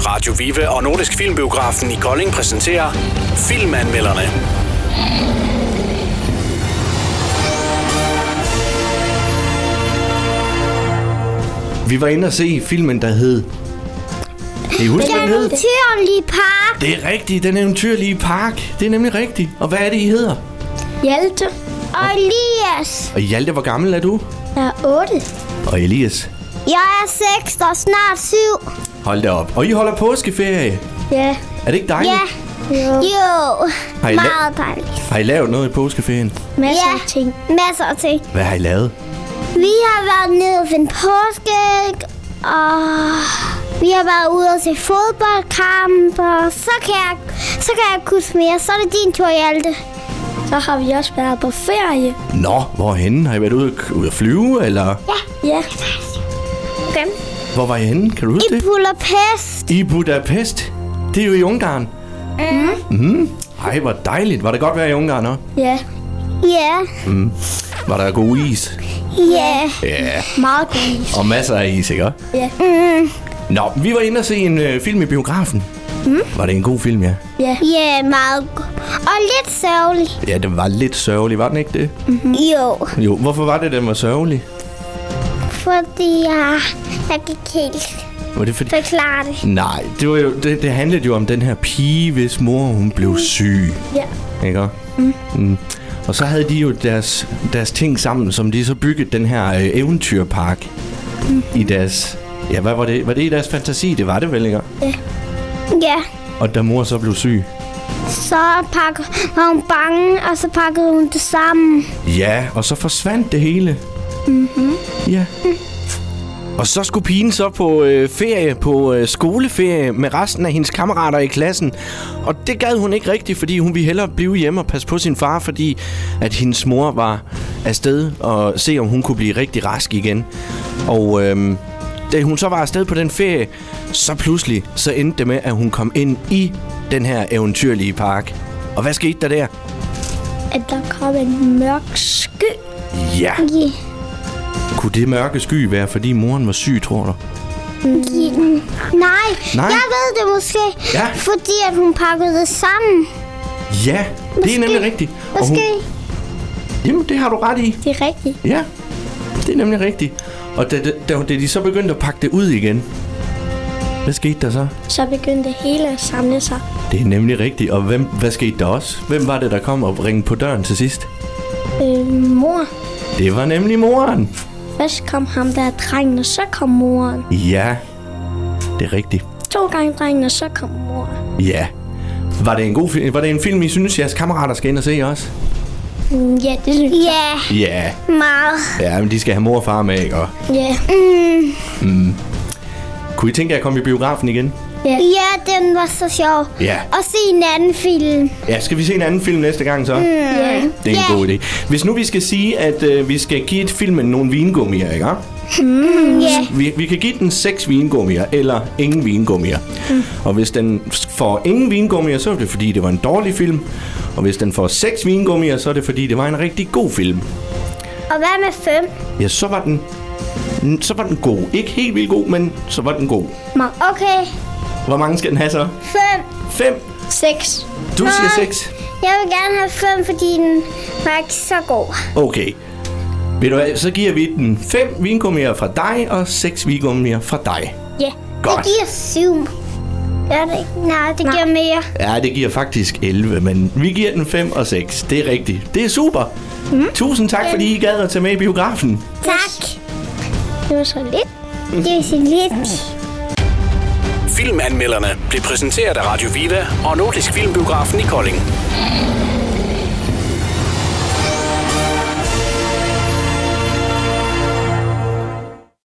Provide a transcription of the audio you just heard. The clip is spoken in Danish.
Radio Vive og Nordisk Filmbiografen i Kolding præsenterer Filmanmelderne. Vi var inde og se filmen, der hed... Kan I huske, hvad den hed? Den eventyrlige park. Det er rigtigt, Den eventyrlige park. Det er nemlig rigtigt. Og hvad er det, I hedder? Hjalte. Og Elias. Og Hjalte, hvor gammel er du? Jeg er 8. Og Elias? Jeg er 6 og snart 7. Hold da op. Og I holder påskeferie. Ja. Er det ikke dejligt? Ja. Jo. Har I Meget dejligt. Har I lavet noget i påskeferien? Masser af ting. Masser af ting. Hvad har I lavet? Vi har været nede og finde påskeæg, og vi har været ude og se fodboldkamp, og så kan jeg ikke huske mere. Så er det din tur, Hjalte. Så har vi også været på ferie. Nå, hvorhenne? Har I været ude at flyve, eller? Ja. Okay. Hvor var I henne? Kan du huske det? I Budapest. I Budapest? Det er jo i Ungarn. Ej, hvor dejligt. Var det godt vejr i Ungarn også? Ja. Ja. Var der god is? Ja. Ja. Meget god. Og masser af is, ikke? Ja. Nå, vi var inde og se en film i biografen. Var det en god film, ja? Ja. Ja, meget god. Og lidt sørgelig. Ja, den var lidt sørgelig, var den ikke det? Jo. Jo, hvorfor var det, den var sørgelig? Fordi jeg kan ikke helt Var det fordi... forklare det. Nej, det handlede jo om den her pige, hvis mor hun blev syg. Ja. Ikke? Og så havde de jo deres ting sammen, som de så byggede den her eventyrpark i deres... Ja, hvad var det? Var det i deres fantasi? Det var det vel, ikke? Ja. Og da mor så blev syg. Så var hun bange, og så pakkede hun det sammen. Ja, og så forsvandt det hele. Ja. Og så skulle pigen så på ferie, på skoleferie med resten af hendes kammerater i klassen. Og det gad hun ikke rigtigt, fordi hun ville hellere blive hjemme og passe på sin far, fordi at hendes mor var afsted og se, om hun kunne blive rigtig rask igen. Og da hun så var afsted på den ferie, så pludselig så endte det med, at hun kom ind i den her eventyrlige park. Og hvad skete der der? At der kom en mørk sky. Ja. Kunne det mørke sky være, fordi moren var syg, tror du? Nej, jeg ved det måske. Ja. Fordi at hun pakkede det sammen. Ja, det er nemlig rigtigt. Måske. Jamen, det har du ret i. Det er rigtigt. Ja, det er nemlig rigtigt. Og da de så begyndte at pakke det ud igen, hvad skete der så? Så begyndte det hele at samle sig. Det er nemlig rigtigt. Og hvad skete der også? Hvem var det, der kom og ringede på døren til sidst? Mor. Det var nemlig moren. Først kom ham der drengen, og så kom moren. Ja, det er rigtigt. 2 gange drengen, og så kom moren. Ja. Var det en god film? Var det en film, I synes, jeres kammerater skal ind og se også? Ja, det synes jeg. Ja. Meget. Ja, men de skal have mor og far med, ikke? Ja. Kunne I tænke jer at komme i biografen igen? Ja, den var så sjov. Ja. Og se en anden film. Ja, skal vi se en anden film næste gang så? Ja. Det er en god idé. Hvis nu vi skal sige, at vi skal give filmen nogle vingummier, ikke? Ja. Vi kan give den 6 vingummier, eller ingen vingummier. Og hvis den får ingen vingummier, så er det fordi, det var en dårlig film. Og hvis den får 6 vingummier, så er det fordi, det var en rigtig god film. Og hvad med 5? Ja, så var den god. Ikke helt vildt god, men så var den god. Okay. Hvor mange skal den have så? 5. 5. 6. Du siger 6. Jeg vil gerne have 5, fordi den var ikke så god. Okay. Ved du hvad, så giver vi den 5 vingummier fra dig, og 6 vingummier fra dig. Ja. Godt. Det giver 7. Gør det ikke? Nej, det giver mere. Ja, det giver faktisk 11, men vi giver den 5 og 6. Det er rigtigt. Det er super. Tusind tak, fordi I gad at tage med i biografen. Tak. Det var så lidt. Det var så lidt. Filmanmelderne blev præsenteret af Radio Vive og Nordisk Filmbiografen i Kolding.